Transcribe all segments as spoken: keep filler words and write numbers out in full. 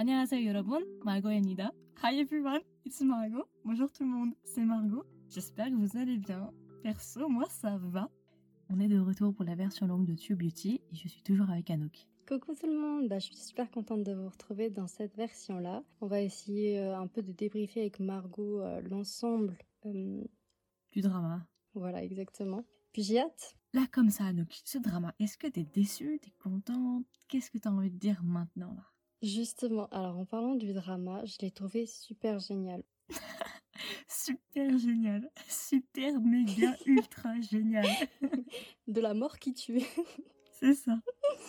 안녕하세요 여러분, Margot입니다. Hi everyone, it's Margot. Bonjour tout le monde, c'est Margot. J'espère que vous allez bien. Perso, moi ça va. On est de retour pour la version longue de Tube Beauty et je suis toujours avec Anouk. Coucou tout le monde, bah, je suis super contente de vous retrouver dans cette version-là. On va essayer euh, un peu de débriefer avec Margot euh, l'ensemble. Euh... Du drama. Voilà, exactement. Puis j'ai hâte. Là comme ça Anouk, ce drama, est-ce que t'es déçue, t'es contente? Qu'est-ce que t'as envie de dire maintenant là? Justement, alors en parlant du drama, je l'ai trouvé super génial. Super génial, super méga ultra génial. De la mort qui tue. C'est ça.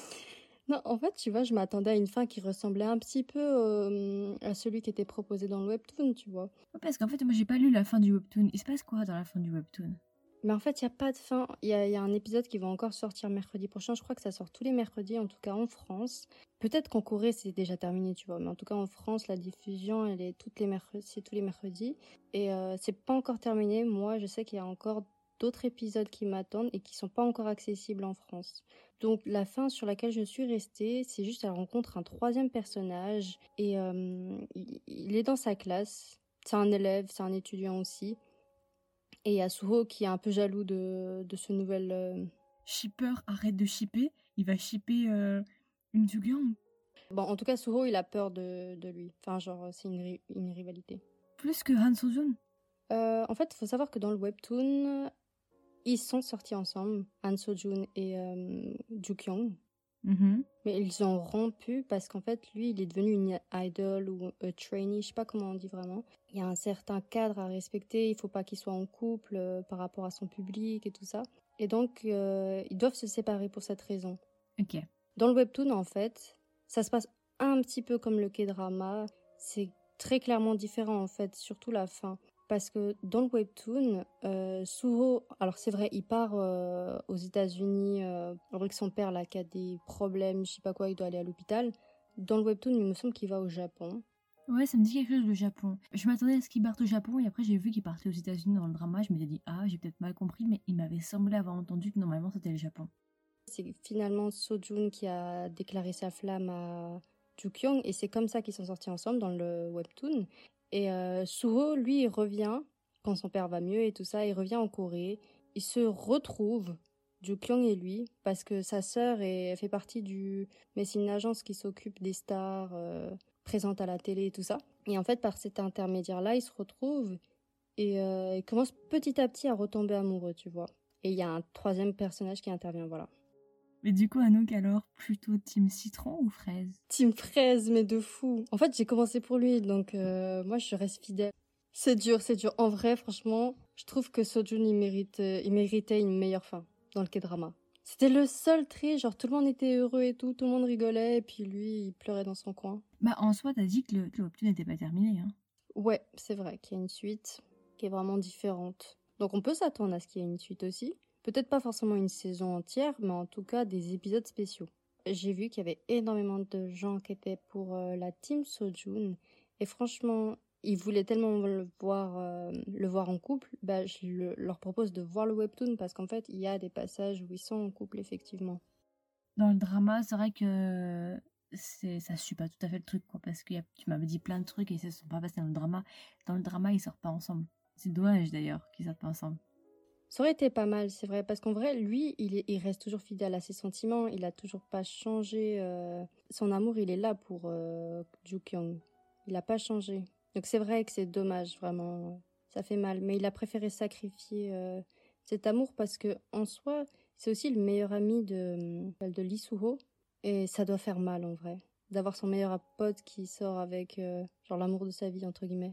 Non, en fait, tu vois, je m'attendais à une fin qui ressemblait un petit peu euh, à celui qui était proposé dans le webtoon, tu vois. Parce qu'en fait, moi j'ai pas lu la fin du webtoon. Il se passe quoi dans la fin du webtoon? Mais en fait, il n'y a pas de fin. Il y, y a un épisode qui va encore sortir mercredi prochain. Je crois que ça sort tous les mercredis, en tout cas en France. Peut-être qu'en Corée, c'est déjà terminé, tu vois. Mais en tout cas, en France, la diffusion, elle est toutes les mercredis, c'est tous les mercredis. Et euh, c'est pas encore terminé. Moi, je sais qu'il y a encore d'autres épisodes qui m'attendent et qui sont pas encore accessibles en France. Donc, la fin sur laquelle je suis restée, c'est juste elle rencontre un troisième personnage. Et euh, il, il est dans sa classe. C'est un élève, c'est un étudiant aussi. Et il y a Suho qui est un peu jaloux de, de ce nouvel... Euh... Shipper, arrête de shipper. Il va shipper euh, une Jugyang. Bon, en tout cas, Suho, il a peur de, de lui. Enfin, genre, c'est une, ri- une rivalité. Plus que Han Soo-jun. Euh, en fait, il faut savoir que dans le webtoon, ils sont sortis ensemble, Han Soo-jun et euh, Ju-kyung. Mm-hmm. Mais ils ont rompu parce qu'en fait, lui, il est devenu une idol ou un trainee, je sais pas comment on dit vraiment. Il y a un certain cadre à respecter, il faut pas qu'il soit en couple euh, par rapport à son public et tout ça. Et donc, euh, ils doivent se séparer pour cette raison. Ok. Dans le webtoon, en fait, ça se passe un petit peu comme le K-drama. C'est très clairement différent, en fait, surtout la fin. Parce que dans le webtoon, euh, Suho, alors c'est vrai, il part euh, aux États-Unis euh, avec son père là qui a des problèmes, je sais pas quoi, il doit aller à l'hôpital. Dans le webtoon, il me semble qu'il va au Japon. Ouais, ça me dit quelque chose le Japon. Je m'attendais à ce qu'il parte au Japon et après j'ai vu qu'il partait aux États-Unis dans le drama. Je m'étais dit, ah, j'ai peut-être mal compris, mais il m'avait semblé avoir entendu que normalement c'était le Japon. C'est finalement Sojun qui a déclaré sa flamme à Ju-kyung et c'est comme ça qu'ils sont sortis ensemble dans le webtoon. Et euh, Suho, lui, il revient quand son père va mieux et tout ça, il revient en Corée. Il se retrouve, Ju-kyung et lui, parce que sa sœur est, fait partie du... Mais c'est une agence qui s'occupe des stars euh, présentes à la télé et tout ça. Et en fait, par cet intermédiaire-là, ils se retrouvent et euh, ils commencent petit à petit à retomber amoureux, tu vois. Et il y a un troisième personnage qui intervient, voilà. Mais du coup, Anouk, alors, plutôt team citron ou fraise? Team fraise, mais de fou. En fait, j'ai commencé pour lui, donc euh, moi, je reste fidèle. C'est dur, c'est dur. En vrai, franchement, je trouve que Sojun, il, mérite, euh, il méritait une meilleure fin dans le K-drama. C'était le seul trait, genre tout le monde était heureux et tout, tout le monde rigolait, et puis lui, il pleurait dans son coin. Bah, en soi, t'as dit que le, que le webtoon n'était pas terminé, hein. Ouais, c'est vrai qu'il y a une suite qui est vraiment différente. Donc on peut s'attendre à ce qu'il y ait une suite aussi. Peut-être pas forcément une saison entière, mais en tout cas des épisodes spéciaux. J'ai vu qu'il y avait énormément de gens qui étaient pour euh, la team Sojun. Et franchement, ils voulaient tellement le voir, euh, le voir en couple. Bah, je le- leur propose de voir le webtoon parce qu'en fait, il y a des passages où ils sont en couple, effectivement. Dans le drama, c'est vrai que c'est, ça suit pas tout à fait le truc, quoi, parce que y a, tu m'avais dit plein de trucs et ils se sont pas passés dans le drama. Dans le drama, ils sortent pas ensemble. C'est dommage d'ailleurs qu'ils sortent pas ensemble. Ça aurait été pas mal, c'est vrai, parce qu'en vrai, lui, il, est- il reste toujours fidèle à ses sentiments, il a toujours pas changé. euh, Son amour, il est là pour euh, Ju-kyung. Il a pas changé. Donc c'est vrai que c'est dommage, vraiment. Ça fait mal. Mais il a préféré sacrifier euh, cet amour parce que, en soi, c'est aussi le meilleur ami de, de Lee Soo-ho. Et ça doit faire mal, en vrai. D'avoir son meilleur pote qui sort avec, euh, genre, l'amour de sa vie, entre guillemets.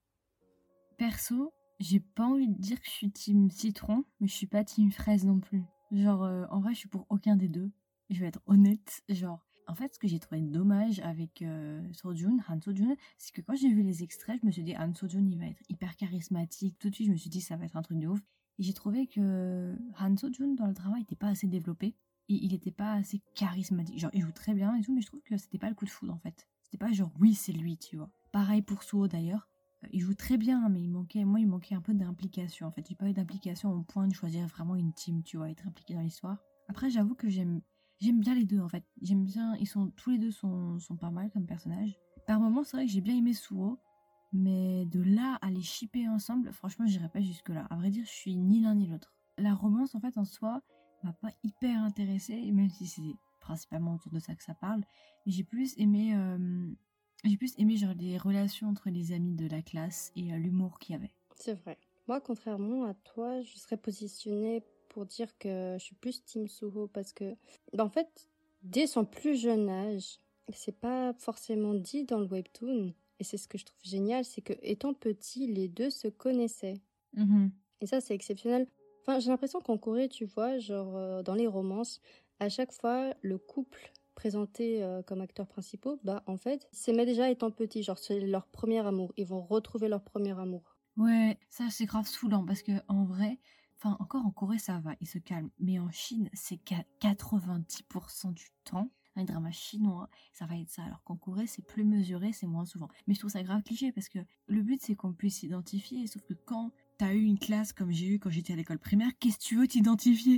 Perso, j'ai pas envie de dire que je suis team citron, mais je suis pas team fraise non plus. Genre, euh, en vrai, je suis pour aucun des deux. Je vais être honnête. Genre, en fait, ce que j'ai trouvé dommage avec euh, Sojun, Han Sojun, c'est que quand j'ai vu les extraits, je me suis dit, Han Sojun, il va être hyper charismatique. Tout de suite, je me suis dit, ça va être un truc de ouf. Et j'ai trouvé que Han Sojun, dans le drama, il était pas assez développé. Et il était pas assez charismatique. Genre, il joue très bien et tout, mais je trouve que c'était pas le coup de foudre, en fait. C'était pas genre, oui, c'est lui, tu vois. Pareil pour Suho, d'ailleurs. Il joue très bien, mais il manquait, moi, il manquait un peu d'implication. En fait, j'ai pas eu d'implication au point de choisir vraiment une team, tu vois, être impliqué dans l'histoire. Après, j'avoue que j'aime, j'aime bien les deux, en fait. J'aime bien, ils sont, tous les deux sont, sont pas mal comme personnages. Par moments, c'est vrai que j'ai bien aimé Suho, mais de là à les shipper ensemble, franchement, j'irai pas jusque-là. À vrai dire, je suis ni l'un ni l'autre. La romance, en fait, en soi, m'a pas hyper intéressée, même si c'est principalement autour de ça que ça parle. Mais j'ai plus aimé, euh, j'ai plus aimé genre les relations entre les amis de la classe et euh, l'humour qu'il y avait. C'est vrai. Moi, contrairement à toi, je serais positionnée pour dire que je suis plus Team Suho parce que, bah, en fait, dès son plus jeune âge, c'est pas forcément dit dans le webtoon, et c'est ce que je trouve génial, c'est que étant petits, les deux se connaissaient. Mm-hmm. Et ça, c'est exceptionnel. Enfin, j'ai l'impression qu'en Corée, tu vois, genre euh, dans les romances, à chaque fois, le couple présenté euh, comme acteurs principaux, bah en fait, ils s'aimaient déjà étant petits, genre c'est leur premier amour. Ils vont retrouver leur premier amour. Ouais, ça c'est grave saoulant parce que en vrai, enfin encore en Corée ça va, ils se calment, mais en Chine c'est quatre-vingt-dix pour cent du temps un drama chinois, ça va être ça, alors qu'en Corée c'est plus mesuré, c'est moins souvent. Mais je trouve ça grave cliché parce que le but c'est qu'on puisse s'identifier, sauf que quand t'as eu une classe comme j'ai eu quand j'étais à l'école primaire, qu'est-ce que tu veux t'identifier?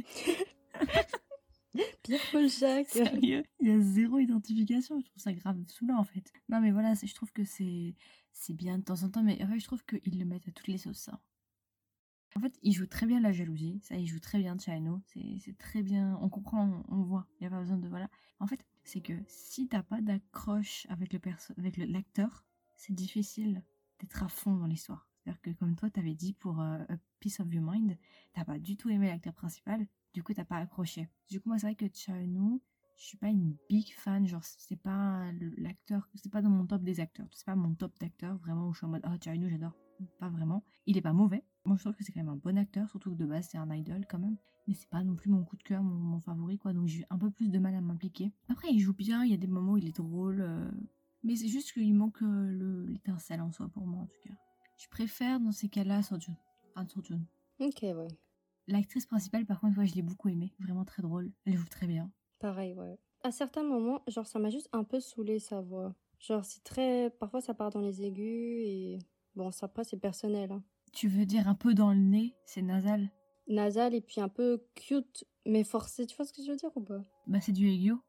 Pierre Paul Jacques. Sérieux, il y a zéro identification, je trouve ça grave saoulant en fait. Non mais voilà, je trouve que c'est c'est bien de temps en temps, mais en fait je trouve qu'ils le mettent à toutes les sauces ça. En fait, il joue très bien la jalousie, ça il joue très bien Chano, c'est c'est très bien, on comprend, on, on voit, il n'y a pas besoin de voilà. En fait, c'est que si t'as pas d'accroche avec le perso avec le l'acteur, c'est difficile d'être à fond dans l'histoire. C'est-à-dire que comme toi t'avais dit pour euh, A Piece of Your Mind, t'as pas du tout aimé l'acteur principal, du coup t'as pas accroché. Du coup moi c'est vrai que Chano, je suis pas une big fan, genre c'est pas l'acteur, c'est pas dans mon top des acteurs, c'est pas mon top d'acteurs vraiment où je suis en mode ah oh, Chano j'adore. Pas vraiment. Il est pas mauvais. Moi, je trouve que c'est quand même un bon acteur, surtout que de base, c'est un idol quand même. Mais c'est pas non plus mon coup de cœur, mon, mon favori, quoi. Donc j'ai un peu plus de mal à m'impliquer. Après, il joue bien, il y a des moments où il est drôle. Euh... Mais c'est juste qu'il manque euh, le, l'étincelle en soi, pour moi, en tout cas. Je préfère, dans ces cas-là, Sojun. Enfin, Sojun. Ok, ouais. L'actrice principale, par contre, ouais, je l'ai beaucoup aimée. Vraiment très drôle. Elle joue très bien. Pareil, ouais. À certains moments, genre, ça m'a juste un peu saoulé sa voix. Genre, c'est très... Parfois, ça part dans les aigus et... Bon, ça, après, c'est personnel, hein. Tu veux dire un peu dans le nez, c'est nasal? Nasal et puis un peu cute, mais forcé. Tu vois ce que je veux dire ou pas? Bah, c'est du Egyo.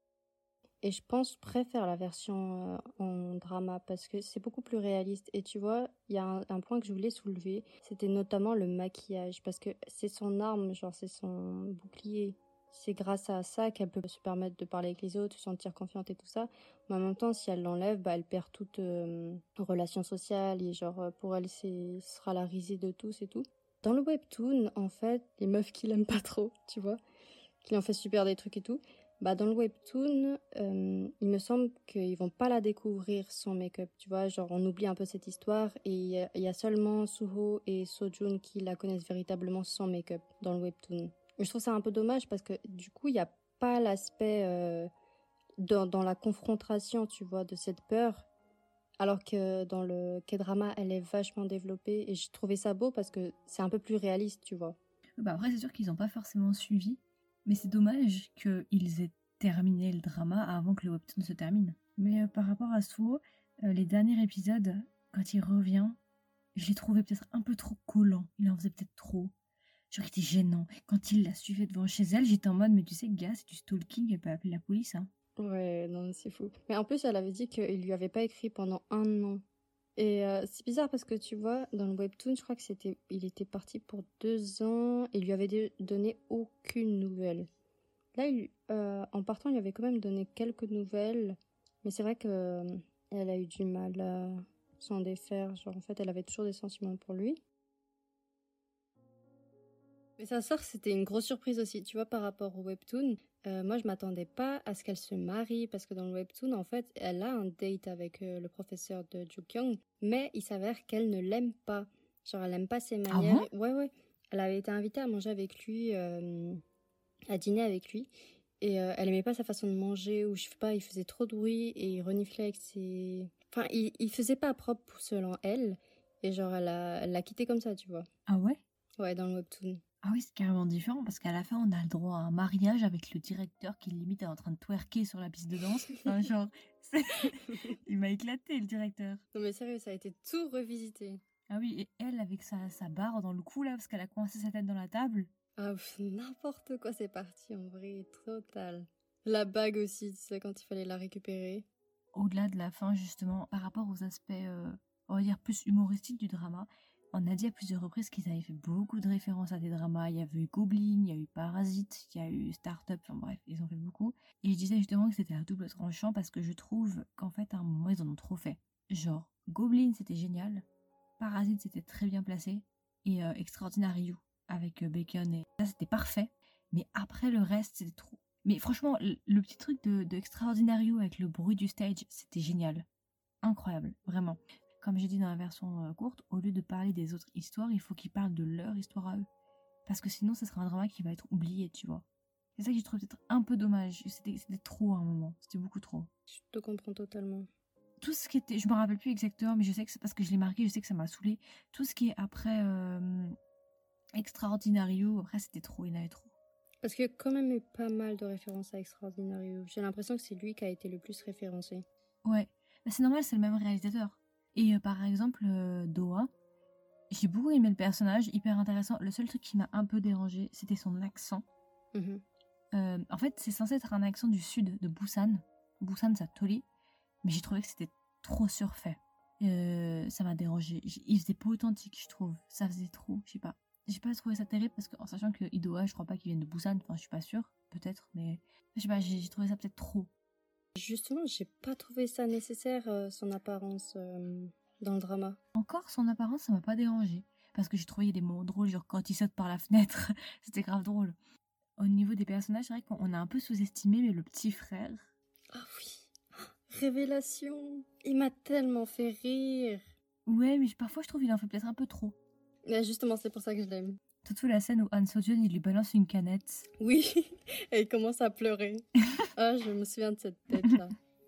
Et je pense je préfère la version euh, en drama parce que c'est beaucoup plus réaliste. Et tu vois, il y a un, un point que je voulais soulever, c'était notamment le maquillage parce que c'est son arme, genre c'est son bouclier. C'est grâce à ça qu'elle peut se permettre de parler avec les autres, se sentir confiante et tout ça. Mais en même temps, si elle l'enlève, bah, elle perd toute euh, relation sociale et genre euh, pour elle, c'est ce sera la risée de tous et tout. Dans le webtoon, en fait, les meufs qui l'aiment pas trop, tu vois, qui en fait super des trucs et tout, bah dans le webtoon, euh, il me semble qu'ils vont pas la découvrir sans make-up, tu vois, genre on oublie un peu cette histoire et il y, y, a seulement Suho et Sojun qui la connaissent véritablement sans make-up dans le webtoon. Et je trouve ça un peu dommage parce que du coup, il y a pas l'aspect euh, dans, dans la confrontation, tu vois, de cette peur, alors que dans le K-drama, elle est vachement développée et j'ai trouvé ça beau parce que c'est un peu plus réaliste, tu vois. Bah après, c'est sûr qu'ils ont pas forcément suivi. Mais c'est dommage qu'ils aient terminé le drama avant que le webtoon se termine. Mais euh, par rapport à Suho, euh, les derniers épisodes, quand il revient, je l'ai trouvé peut-être un peu trop collant. Il en faisait peut-être trop. Genre, il était gênant. Quand il la suivait devant chez elle, j'étais en mode, mais tu sais, gars, c'est du stalking, elle peut appeler la police, hein. Ouais, non, c'est fou. Mais en plus, elle avait dit qu'il lui avait pas écrit pendant un an. Et euh, c'est bizarre parce que tu vois, dans le webtoon, je crois que c'était, il était parti pour deux ans et il lui avait donné aucune nouvelle. Là, il, euh, en partant, il lui avait quand même donné quelques nouvelles, mais c'est vrai que euh, elle a eu du mal à s'en défaire. Genre, en fait, elle avait toujours des sentiments pour lui. Mais sa sœur, c'était une grosse surprise aussi, tu vois, par rapport au webtoon. Euh, moi, je m'attendais pas à ce qu'elle se marie, parce que dans le webtoon, en fait, elle a un date avec euh, le professeur de Jukyung, mais il s'avère qu'elle ne l'aime pas. Genre, elle aime pas ses manières. Ah bon? Ouais, ouais. Elle avait été invitée à manger avec lui, euh, à dîner avec lui, et euh, elle aimait pas sa façon de manger, ou je sais pas, il faisait trop de bruit, et il reniflait avec ses... Enfin, il, il faisait pas propre selon elle, et genre, elle l'a elle l'a quitté comme ça, tu vois. Ah ouais? Ouais, dans le webtoon. Ah oui, c'est carrément différent parce qu'à la fin, on a le droit à un mariage avec le directeur qui limite est en train de twerker sur la piste de danse. Enfin, genre, il m'a éclaté le directeur. Non mais sérieux, ça a été tout revisité. Ah oui, et elle avec sa, sa barre dans le cou là parce qu'elle a coincé sa tête dans la table. Ah, pff, n'importe quoi, c'est parti en vrai, total. La bague aussi, tu sais, quand il fallait la récupérer. au-delà de la fin, justement, par rapport aux aspects, euh, on va dire, plus humoristiques du drama, on a dit à plusieurs reprises qu'ils avaient fait beaucoup de références à des dramas. Il y avait eu Goblin, il y a eu Parasite, il y a eu Startup, enfin bref, ils ont fait beaucoup. Et je disais justement que c'était à double tranchant parce que je trouve qu'en fait, à un moment, ils en ont trop fait. Genre, Goblin, c'était génial. Parasite, c'était très bien placé. Et euh, Extraordinary You, avec euh, Bacon. Et ça, c'était parfait. Mais après, le reste, c'était trop. Mais franchement, le, le petit truc de, de Extraordinary You avec le bruit du stage, c'était génial. Incroyable, vraiment. Comme j'ai dit dans la version euh, courte, au lieu de parler des autres histoires, il faut qu'ils parlent de leur histoire à eux. Parce que sinon, ce sera un drama qui va être oublié, tu vois. C'est ça que j'ai trouvé peut-être un peu dommage. C'était, c'était trop à un moment. C'était beaucoup trop. Je te comprends totalement. Tout ce qui était... Je me rappelle plus exactement, mais je sais que c'est parce que je l'ai marqué, je sais que ça m'a saoulé. Tout ce qui est après euh, Extraordinary You, après c'était trop, il y en avait trop. Parce qu'il y a quand même eu pas mal de références à Extraordinary You. J'ai l'impression que c'est lui qui a été le plus référencé. Ouais, bah, c'est normal, c'est le même réalisateur. Et euh, par exemple, euh, Doha, j'ai beaucoup aimé le personnage, hyper intéressant. Le seul truc qui m'a un peu dérangé, c'était son accent. Mm-hmm. Euh, en fait, c'est censé être un accent du sud de Busan. Busan, ça Toli. Mais j'ai trouvé que c'était trop surfait. Euh, ça m'a dérangé. Il faisait pas authentique, je trouve. Ça faisait trop, je sais pas. J'ai pas trouvé ça terrible parce qu'en sachant que Idoha, je crois pas qu'il vienne de Busan. Enfin, je suis pas sûre. Peut-être, mais je sais pas, j'ai, j'ai trouvé ça peut-être trop. Justement, j'ai pas trouvé ça nécessaire, euh, son apparence euh, dans le drama. Encore, son apparence, ça m'a pas dérangé. Parce que j'ai trouvé des moments drôles, genre quand il saute par la fenêtre. C'était grave drôle. Au niveau des personnages, c'est vrai qu'on a un peu sous-estimé, mais le petit frère. Ah oui, révélation. Il m'a tellement fait rire. Ouais, mais parfois je trouve qu'il en fait peut-être un peu trop. Mais justement, c'est pour ça que je l'aime. Surtout la scène où Han Seo-jeon, il lui balance une canette. Oui, et il commence à pleurer. Ah, je me souviens de cette tête-là.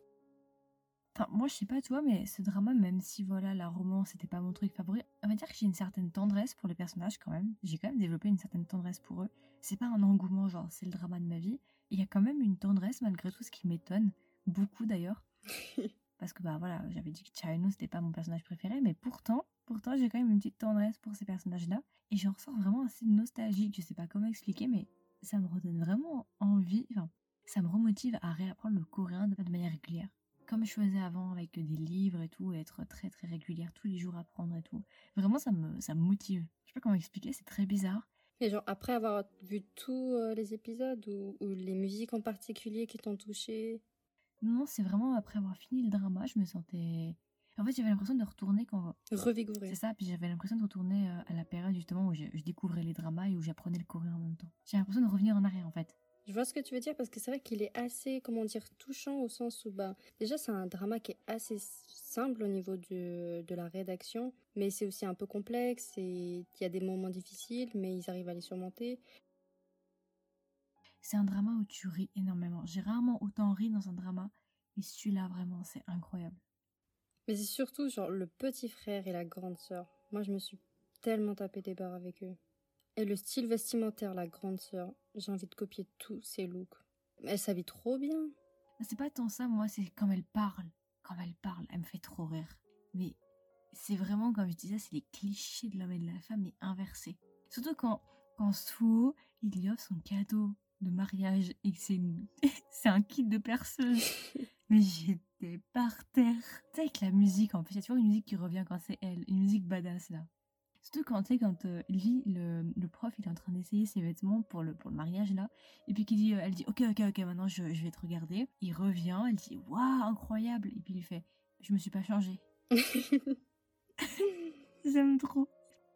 Enfin, moi, je sais pas toi, mais ce drama, même si voilà, la romance, c'était pas mon truc favori, on va dire que j'ai une certaine tendresse pour les personnages quand même. J'ai quand même développé une certaine tendresse pour eux. C'est pas un engouement, genre c'est le drama de ma vie. Il y a quand même une tendresse malgré tout, ce qui m'étonne. Beaucoup d'ailleurs. Parce que bah voilà, j'avais dit que Chae-no, c'était pas mon personnage préféré, mais pourtant, pourtant, j'ai quand même une petite tendresse pour ces personnages-là. Et j'en ressens vraiment assez nostalgique. Je sais pas comment expliquer, mais ça me redonne vraiment envie. Enfin, ça me remotive à réapprendre le coréen de manière régulière. Comme je faisais avant avec des livres et tout, et être très très régulière, tous les jours apprendre et tout. Vraiment, ça me, ça me motive. Je sais pas comment expliquer, c'est très bizarre. Et genre, après avoir vu tous euh, les épisodes ou, ou les musiques en particulier qui t'ont touché? Non, c'est vraiment après avoir fini le drama, je me sentais... En fait, j'avais l'impression de retourner quand... Revigoré. C'est ça, puis j'avais l'impression de retourner euh, à la période justement où je, je découvrais les dramas et où j'apprenais le coréen en même temps. J'ai l'impression de revenir en arrière en fait. Je vois ce que tu veux dire parce que c'est vrai qu'il est assez, comment dire, touchant au sens où, bah, déjà c'est un drama qui est assez simple au niveau de, de la rédaction, mais c'est aussi un peu complexe et il y a des moments difficiles, mais ils arrivent à les surmonter. C'est un drama où tu ris énormément. J'ai rarement autant ri dans un drama, mais celui-là vraiment, c'est incroyable. Mais c'est surtout genre le petit frère et la grande sœur. Moi je me suis tellement tapé des barres avec eux. Et le style vestimentaire, la grande sœur, j'ai envie de copier tous ses looks. Elle s'habille trop bien. C'est pas tant ça, moi, c'est comme elle parle. Comme elle parle, elle me fait trop rire. Mais c'est vraiment, comme je disais, c'est les clichés de l'homme et de la femme, mais inversés. Surtout quand, quand Suho, il lui offre son cadeau de mariage et que c'est, une... c'est un kit de perceuse. Mais j'étais par terre. Tu sais, avec la musique, en plus, il y a toujours une musique qui revient quand c'est elle. Une musique badass, là. Surtout quand, tu sais, quand euh, lui, le, le prof, il est en train d'essayer ses vêtements pour le, pour le mariage, là. Et puis qu'il dit, euh, elle dit, ok, ok, ok, maintenant je, je vais te regarder. Il revient, elle dit, waouh, incroyable. Et puis il fait, je me suis pas changée. J'aime trop.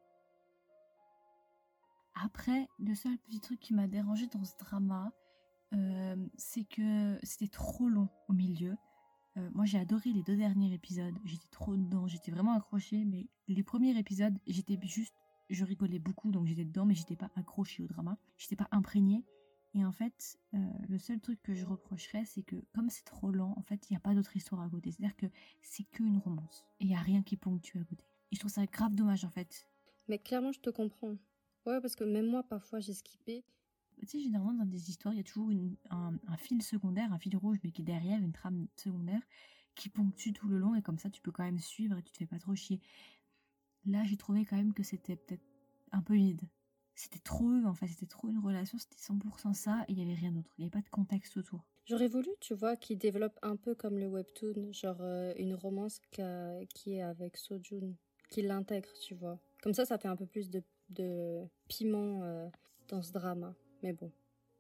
Après, le seul petit truc qui m'a dérangé dans ce drama, euh, c'est que c'était trop long au milieu. Euh, moi, j'ai adoré les deux derniers épisodes. J'étais trop dedans, j'étais vraiment accrochée. Mais les premiers épisodes, j'étais juste, je rigolais beaucoup, donc j'étais dedans, mais j'étais pas accrochée au drama. J'étais pas imprégnée. Et en fait, euh, le seul truc que je reprocherais, c'est que comme c'est trop lent, en fait, il n'y a pas d'autre histoire à côté. C'est-à-dire que c'est qu'une romance. Et il n'y a rien qui ponctue à côté. Et je trouve ça grave dommage, en fait. Mais clairement, je te comprends. Ouais, parce que même moi, parfois, j'ai skippé. Tu sais, généralement, dans des histoires, il y a toujours une, un, un fil secondaire, un fil rouge, mais qui est derrière, une trame secondaire, qui ponctue tout le long, et comme ça, tu peux quand même suivre et tu te fais pas trop chier. Là, j'ai trouvé quand même que c'était peut-être un peu vide. C'était trop eux, en fait, c'était trop une relation, c'était cent pour cent ça, et il y avait rien d'autre. Il n'y avait pas de contexte autour. J'aurais voulu, tu vois, qu'il développe un peu comme le webtoon, genre euh, une romance qu'a- qui est avec Sojun, qui l'intègre, tu vois. Comme ça, ça fait un peu plus de, de piment euh, dans ce drama. Mais bon.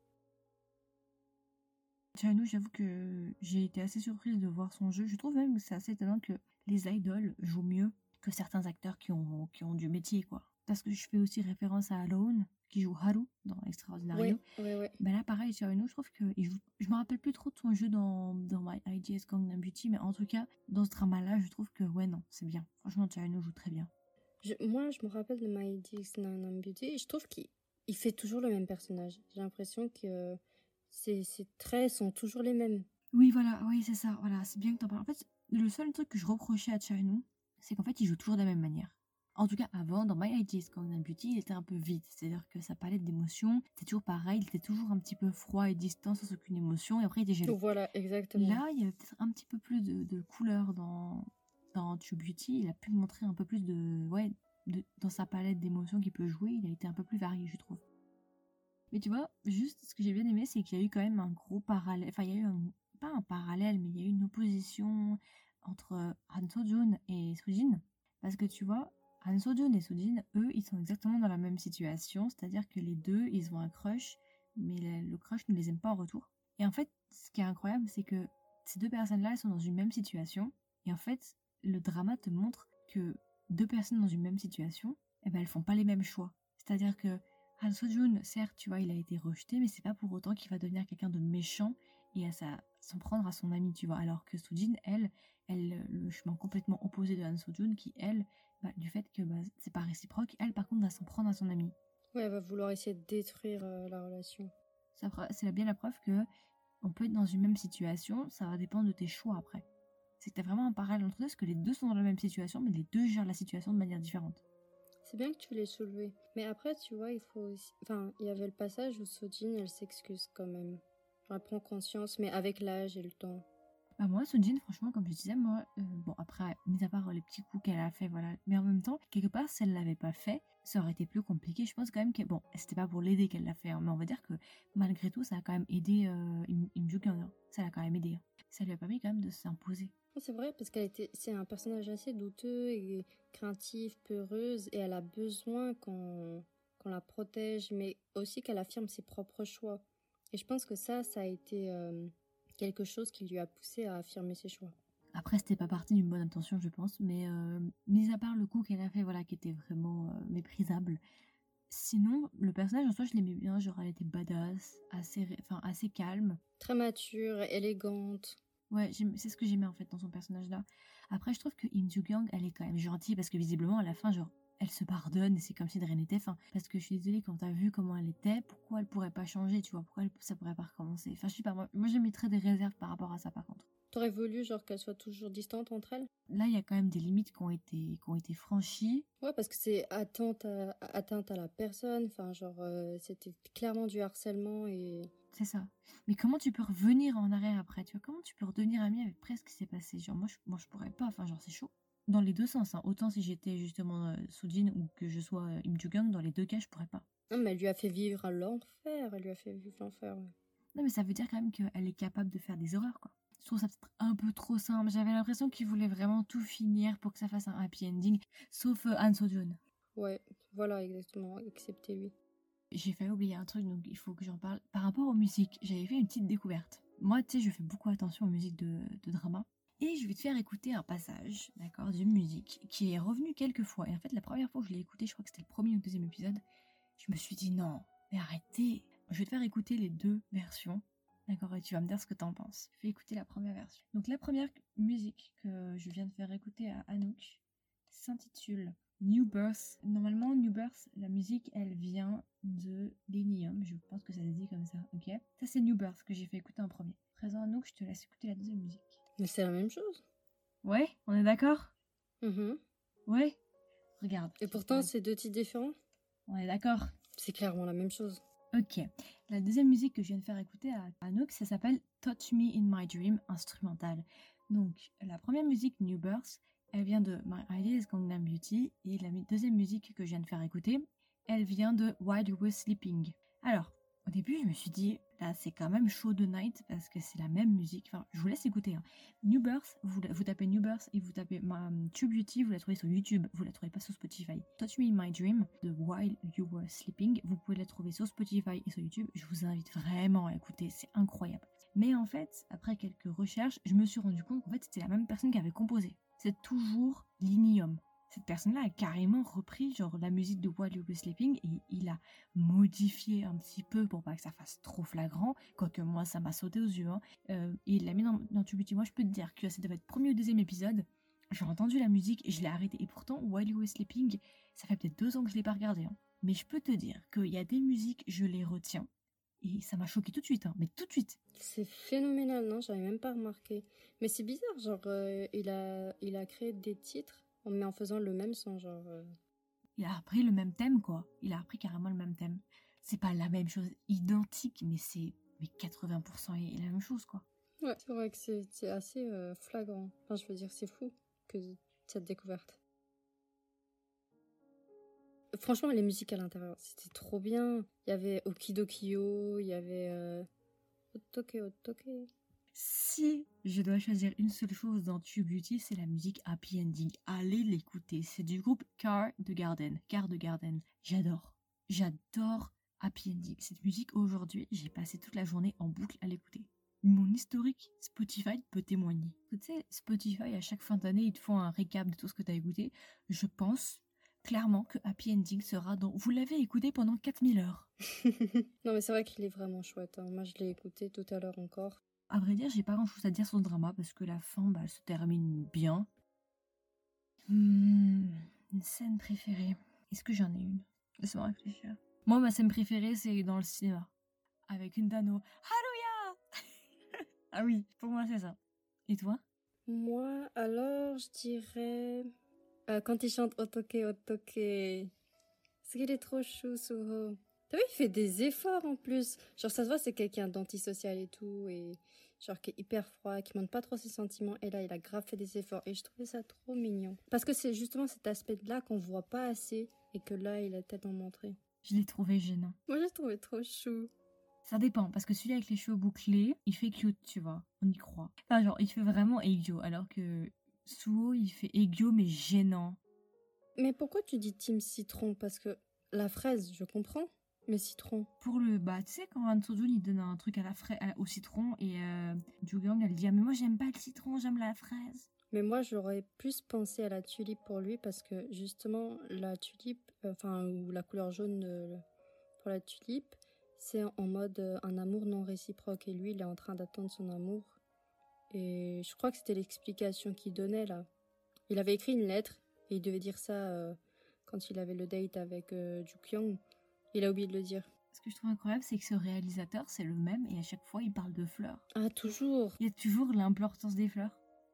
Chano, j'avoue que j'ai été assez surprise de voir son jeu. Je trouve même que c'est assez étonnant que les idoles jouent mieux que certains acteurs qui ont, qui ont du métier, quoi. Parce que je fais aussi référence à Alone, qui joue Haru dans Ouais, Extraordinario. ouais, ouais. Ben là, pareil, Chano, je trouve que il joue... je me rappelle plus trop de son jeu dans, dans My I D S Gangnam Beauty, mais en tout cas, dans ce drama-là, je trouve que, ouais, non, c'est bien. Franchement, Chano joue très bien. Je- moi, je me rappelle de My Dix Nine Beauty et je trouve qu'il il fait toujours le même personnage. J'ai l'impression que ses, ses traits sont toujours les mêmes. Oui, voilà, oui, c'est ça. Voilà, c'est bien que t'en parles. En fait, le seul truc que je reprochais à Chanu, c'est qu'en fait, il joue toujours de la même manière. En tout cas, avant, dans My I D S Gangnam Beauty, il était un peu vide. C'est-à-dire que sa palette d'émotions, c'était toujours pareil. Il était toujours un petit peu froid et distant, sans aucune émotion. Et après, il était jaloux. Voilà, exactement. Là, il y avait peut-être un petit peu plus de, de couleur dans, dans True Beauty. Il a pu montrer un peu plus de... Ouais, de, dans sa palette d'émotions qu'il peut jouer. Il a été un peu plus varié, je trouve. Mais tu vois, juste ce que j'ai bien aimé, c'est qu'il y a eu quand même un gros parallèle. Enfin, il y a eu un, pas un parallèle, mais il y a eu une opposition entre Han Seo-joon et Soo-jin. Parce que tu vois, Han Seo-joon et Soo-jin, eux, ils sont exactement dans la même situation. C'est-à-dire que les deux, ils ont un crush, mais le, le crush ne les aime pas en retour. Et en fait, ce qui est incroyable, c'est que ces deux personnes-là, elles sont dans une même situation. Et en fait, le drama te montre que deux personnes dans une même situation, eh ben, elles font pas les mêmes choix. C'est-à-dire que Han Seo-joon, certes, tu vois, il a été rejeté, mais c'est pas pour autant qu'il va devenir quelqu'un de méchant et à sa, s'en prendre à son ami, tu vois. Alors que Soo-jin, elle, elle, le chemin complètement opposé de Han Seo-joon, qui, elle, bah, du fait que bah, c'est pas réciproque, elle, par contre, va s'en prendre à son ami. Ouais, elle va vouloir essayer de détruire euh, la relation. Ça, c'est bien la preuve que on peut être dans une même situation, ça va dépendre de tes choix après. C'est que t'as vraiment un parallèle entre deux, parce que les deux sont dans la même situation, mais les deux gèrent la situation de manière différente. C'est bien que tu l'aies soulevé. Mais après, tu vois, il faut aussi... Enfin, il y avait le passage où Sojin, elle s'excuse quand même. Elle prend conscience, mais avec l'âge et le temps. Bah moi, Soo-jin, franchement, comme je disais, moi, euh, bon, après, mis à part euh, les petits coups qu'elle a fait, voilà. Mais en même temps, quelque part, si elle l'avait pas fait, ça aurait été plus compliqué. Je pense quand même que, bon, c'était pas pour l'aider qu'elle l'a fait, hein, mais on va dire que malgré tout, ça a quand même aidé euh, Im, Im Joo-kyung, hein. Ça l'a quand même aidé. Hein. Ça lui a permis quand même de s'imposer. C'est vrai, parce qu'elle était, c'est un personnage assez douteux et craintif, peureuse, et elle a besoin qu'on qu'on la protège, mais aussi qu'elle affirme ses propres choix. Et je pense que ça, ça a été euh, quelque chose qui lui a poussé à affirmer ses choix. Après, c'était pas parti d'une bonne intention, je pense, mais euh, mis à part le coup qu'elle a fait, voilà, qui était vraiment euh, méprisable. Sinon, le personnage en soi, je l'aimais bien, genre elle était badass, assez, enfin, assez calme. Très mature, élégante. Ouais, c'est ce que j'aimais en fait dans son personnage-là. Après, je trouve que Im Joo-kyung, elle est quand même gentille parce que visiblement, à la fin, genre, elle se pardonne et c'est comme si de rien n'était. Enfin, parce que je suis désolée, quand t'as vu comment elle était, pourquoi elle pourrait pas changer, tu vois, pourquoi elle, ça pourrait pas recommencer. Enfin, je sais pas, moi, moi j'émettrais des réserves par rapport à ça par contre. T'aurais voulu, genre, qu'elle soit toujours distante entre elles? Là, il y a quand même des limites qui ont été, qui ont été franchies. Ouais, parce que c'est atteinte à, atteinte à la personne. Enfin, genre, euh, c'était clairement du harcèlement et... C'est ça. Mais comment tu peux revenir en arrière après, tu vois? Comment tu peux redevenir amie avec presque ce qui s'est passé? Genre, moi je, moi, je pourrais pas. Enfin, genre, c'est chaud. Dans les deux sens, hein. Autant si j'étais justement euh, Soo-jin ou que je sois euh, Im Joo-kyung, dans les deux cas, je pourrais pas. Non, mais elle lui a fait vivre l'enfer. Elle lui a fait vivre l'enfer, ouais. Non, mais ça veut dire quand même qu'elle est capable de faire des horreurs, quoi. Je trouve ça peut-être un peu trop simple. J'avais l'impression qu'il voulait vraiment tout finir pour que ça fasse un happy ending, sauf euh, Han Seo-joon. Ouais, voilà, exactement, excepté lui. J'ai failli oublier un truc, donc il faut que j'en parle. Par rapport aux musiques, j'avais fait une petite découverte. Moi, tu sais, je fais beaucoup attention aux musiques de, de drama. Et je vais te faire écouter un passage, d'accord, d'une musique qui est revenue quelques fois. Et en fait, la première fois que je l'ai écoutée, je crois que c'était le premier ou le deuxième épisode, je me suis dit non, mais arrêtez. Je vais te faire écouter les deux versions, d'accord, et tu vas me dire ce que t'en penses. Je vais écouter la première version. Donc la première musique que je viens de faire écouter à Anouk s'intitule New Birth. Normalement, New Birth, la musique, elle vient de Lenium. Je pense que ça se dit comme ça, ok? Ça, c'est New Birth que j'ai fait écouter en premier. Présent Anouk, je te laisse écouter la deuxième musique. Mais c'est la même chose. Ouais, on est d'accord? Mm-hmm. Ouais. Regarde. Et pourtant, c'est deux titres différents. On est d'accord. C'est clairement la même chose. Ok. La deuxième musique que je viens de faire écouter à Anouk, ça s'appelle Touch Me in My Dream, instrumentale. Donc, la première musique, New Birth, elle vient de My Ideas Gangnam Beauty. Et la deuxième musique que je viens de faire écouter, elle vient de While You Were Sleeping. Alors, Au début, je me suis dit, là, c'est quand même Show the Night parce que c'est la même musique. Enfin, je vous laisse écouter. Hein. New Birth, vous, vous tapez New Birth et vous tapez um, Tube Beauty, vous la trouvez sur YouTube, vous la trouvez pas sur Spotify. Touch Me in My Dream de While You Were Sleeping, vous pouvez la trouver sur Spotify et sur YouTube. Je vous invite vraiment à écouter, c'est incroyable. Mais en fait, après quelques recherches, je me suis rendu compte qu'en fait, c'était la même personne qui avait composé. C'est toujours Linium. Cette personne-là a carrément repris genre la musique de While You Were Sleeping et il a modifié un petit peu pour pas que ça fasse trop flagrant, quoique moi ça m'a sauté aux yeux, hein. euh, et il l'a mis dans, dans Tube Beauty. Moi je peux te dire que ça devait être premier ou deuxième épisode, j'ai entendu la musique et je l'ai arrêté. Et pourtant While You Were Sleeping, ça fait peut-être deux ans que je l'ai pas regardé, hein. Mais je peux te dire qu'il y a des musiques, je les retiens. Et ça m'a choqué tout de suite, hein, mais tout de suite. C'est phénoménal, non? J'avais même pas remarqué. Mais c'est bizarre, genre, euh, il, a, il a créé des titres, mais en faisant le même son, genre... Euh... Il a repris le même thème, quoi. Il a repris carrément le même thème. C'est pas la même chose identique, mais c'est mais quatre-vingts pour cent est la même chose, quoi. Ouais, c'est vrai que c'est, c'est assez euh, flagrant. Enfin, je veux dire, c'est fou que cette découverte. Franchement, les musiques à l'intérieur, c'était trop bien. Il y avait Okidokio, il y avait euh... Otoke Otoke. Si je dois choisir une seule chose dans Tube Beauty, c'est la musique Happy Ending. Allez l'écouter. C'est du groupe Car de Garden. Car de Garden. J'adore. J'adore Happy Ending. Cette musique, aujourd'hui, j'ai passé toute la journée en boucle à l'écouter. Mon historique Spotify peut témoigner. Tu sais, Spotify, à chaque fin d'année, ils te font un récap de tout ce que tu as écouté. Je pense clairement que Happy Ending sera dans... Vous l'avez écouté pendant quatre mille heures. Non, mais c'est vrai qu'il est vraiment chouette. Hein. Moi, je l'ai écouté tout à l'heure encore. À vrai dire, j'ai pas grand chose à dire sur le drama parce que la fin, bah, elle se termine bien. Hmm, une scène préférée. Est-ce que j'en ai une? Laisse-moi réfléchir. Moi, ma scène préférée, c'est dans le cinéma. Avec une Dano. Alléluia. Ah oui, pour moi, c'est ça. Et toi? Moi, alors, je dirais... Euh, quand il chante Otoke Otoke. Parce qu'il est trop chou, Suho. T'as vu, il fait des efforts en plus. Genre, ça se voit, c'est quelqu'un d'antisocial et tout. Et genre, qui est hyper froid, qui montre pas trop ses sentiments. Et là, il a grave fait des efforts. Et je trouvais ça trop mignon. Parce que c'est justement cet aspect-là qu'on voit pas assez. Et que là, il a tellement montré. Je l'ai trouvé gênant. Moi, je l'ai trouvé trop chou. Ça dépend, parce que celui avec les cheveux bouclés, il fait cute, tu vois. On y croit. Enfin, genre, il fait vraiment Eggyo. Alors que Suho, il fait Eggyo, mais gênant. Mais pourquoi tu dis Team Citron? Parce que la fraise, je comprends. Mais citron. Pour le, bah, tu sais, quand Han Sojun, il donne un truc à la fraise, au citron, et euh, Jugang, elle dit, ah, mais moi, j'aime pas le citron, j'aime la fraise. Mais moi, j'aurais plus pensé à la tulipe pour lui, parce que, justement, la tulipe, enfin, ou la couleur jaune de, pour la tulipe, c'est en mode euh, un amour non réciproque, et lui, il est en train d'attendre son amour. Et je crois que c'était l'explication qu'il donnait, là. Il avait écrit une lettre, et il devait dire ça euh, quand il avait le date avec euh, Jukyong. Il a oublié de le dire. Ce que je trouve incroyable, c'est que ce réalisateur, c'est le même, et à chaque fois, il parle de fleurs. Ah, toujours. Il y a toujours l'importance des fleurs.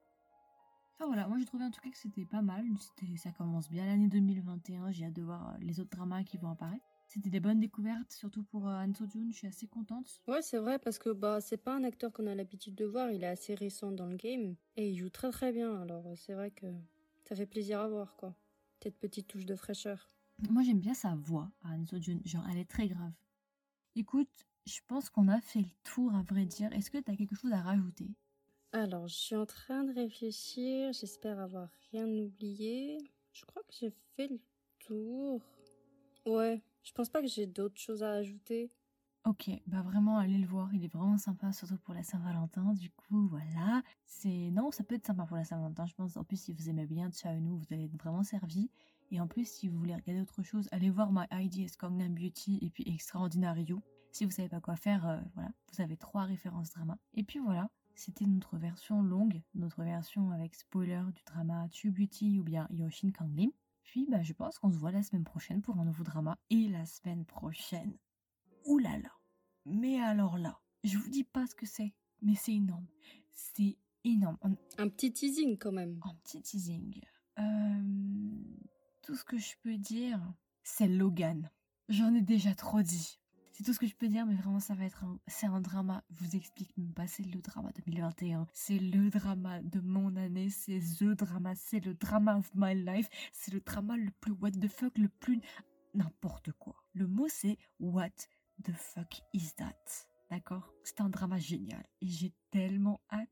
Enfin voilà, moi j'ai trouvé en tout cas que c'était pas mal. C'était, ça commence bien l'année deux mille vingt et un, j'ai hâte de voir les autres dramas qui vont apparaître. C'était des bonnes découvertes, surtout pour euh, Han Sojun, je suis assez contente. Ouais, c'est vrai, parce que bah c'est pas un acteur qu'on a l'habitude de voir, il est assez récent dans le game, et il joue très très bien, alors c'est vrai que ça fait plaisir à voir, quoi. Cette petite touche de fraîcheur. Moi j'aime bien sa voix à Han Sojun, genre elle est très grave. Écoute, je pense qu'on a fait le tour à vrai dire, est-ce que t'as quelque chose à rajouter? Alors, je suis en train de réfléchir, j'espère avoir rien oublié. Je crois que j'ai fait le tour. Ouais, je pense pas que j'ai d'autres choses à ajouter. Ok, bah vraiment allez le voir, il est vraiment sympa, surtout pour la Saint-Valentin, du coup voilà. C'est non, ça peut être sympa pour la Saint-Valentin, je pense. En plus, si vous aimez bien Chaenou, vous allez être vraiment servi. Et en plus, si vous voulez regarder autre chose, allez voir My I D is Gangnam Beauty et puis Extraordinario. Si vous savez pas quoi faire, euh, voilà, vous avez trois références drama. Et puis voilà, c'était notre version longue, notre version avec spoiler du drama Tube Beauty ou bien Yoshin Kanglim. Puis bah je pense qu'on se voit la semaine prochaine pour un nouveau drama. Et la semaine prochaine, ouh là là, mais alors là, je vous dis pas ce que c'est, mais c'est énorme. C'est énorme. Un, Un petit teasing quand même. un petit teasing. Euh, tout ce que je peux dire, c'est Logan. J'en ai déjà trop dit. C'est tout ce que je peux dire, mais vraiment ça va être un, c'est un drama. Je vous explique même pas, c'est le drama deux mille vingt et un. C'est le drama de mon année, c'est the drama, c'est le drama of my life. C'est le drama le plus what the fuck, le plus n'importe quoi. Le mot c'est what the fuck is that? D'accord? C'est un drama génial et j'ai tellement hâte.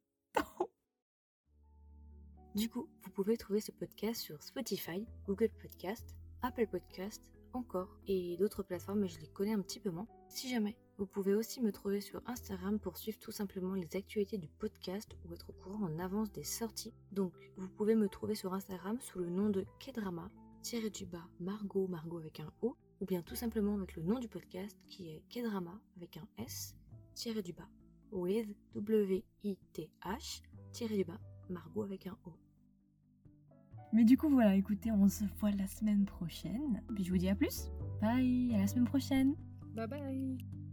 Du coup, vous pouvez trouver ce podcast sur Spotify, Google Podcast, Apple Podcast, encore, et d'autres plateformes, mais je les connais un petit peu moins. Si jamais, vous pouvez aussi me trouver sur Instagram pour suivre tout simplement les actualités du podcast ou être au courant en avance des sorties. Donc, vous pouvez me trouver sur Instagram sous le nom de Kedrama, tiré du bas Margot, Margot avec un O, ou bien tout simplement avec le nom du podcast qui est Kedrama avec un S, tiré du bas, with W I T H, tiré du bas, Margot avec un O. Mais du coup, voilà, écoutez, on se voit la semaine prochaine. Puis je vous dis à plus. Bye, à la semaine prochaine. Bye bye.